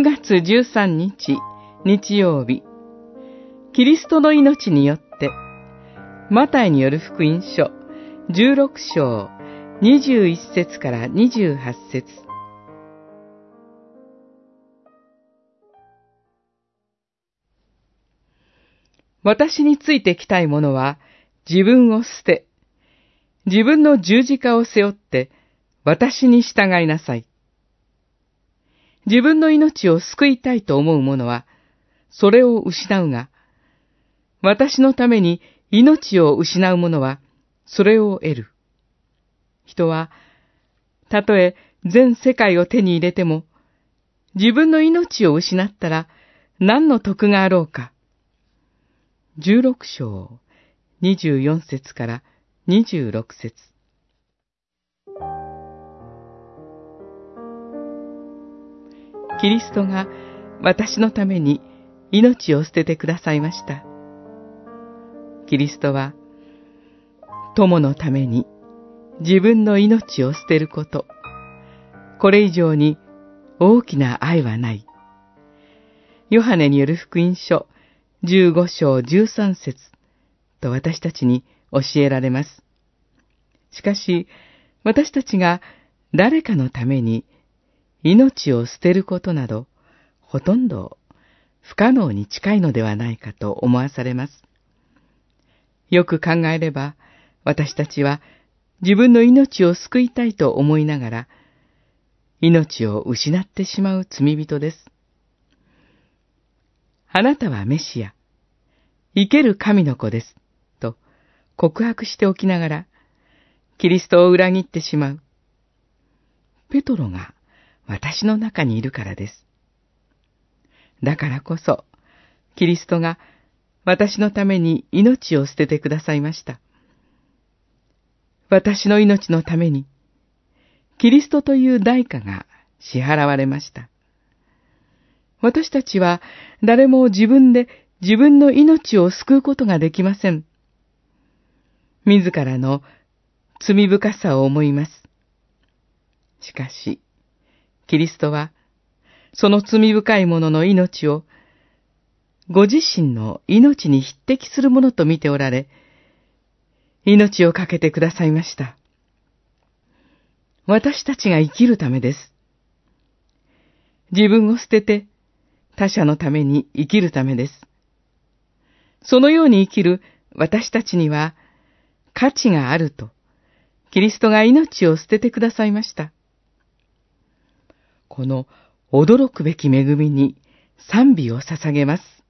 月13日、日曜日、キリストの命によって、マタイによる福音書、16章、21節から28節。私についてきたい者は、自分を捨て、自分の十字架を背負って、私に従いなさい。自分の命を救いたいと思う者は、それを失うが、私のために命を失う者は、それを得る。人は、たとえ全世界を手に入れても、自分の命を失ったら何の得があろうか。16章、24節から26節。キリストが私のために命を捨ててくださいました。キリストは、友のために自分の命を捨てること、これ以上に大きな愛はない。ヨハネによる福音書15章13節と私たちに教えられます。しかし、私たちが誰かのために命を捨てることなど、ほとんど不可能に近いのではないかと思わされます。よく考えれば、私たちは自分の命を救いたいと思いながら、命を失ってしまう罪人です。あなたはメシア、生ける神の子です、と告白しておきながら、キリストを裏切ってしまう。ペトロが私の中にいるからです。だからこそ、キリストが私のために命を捨ててくださいました。私の命のために、キリストという代価が支払われました。私たちは誰も自分で自分の命を救うことができません。自らの罪深さを思います。しかし、キリストは、その罪深い者の命を、ご自身の命に匹敵するものと見ておられ、命をかけてくださいました。私たちが生きるためです。自分を捨てて、他者のために生きるためです。そのように生きる私たちには、価値があると、キリストが命を捨ててくださいました。この驚くべき恵みに賛美を捧げます。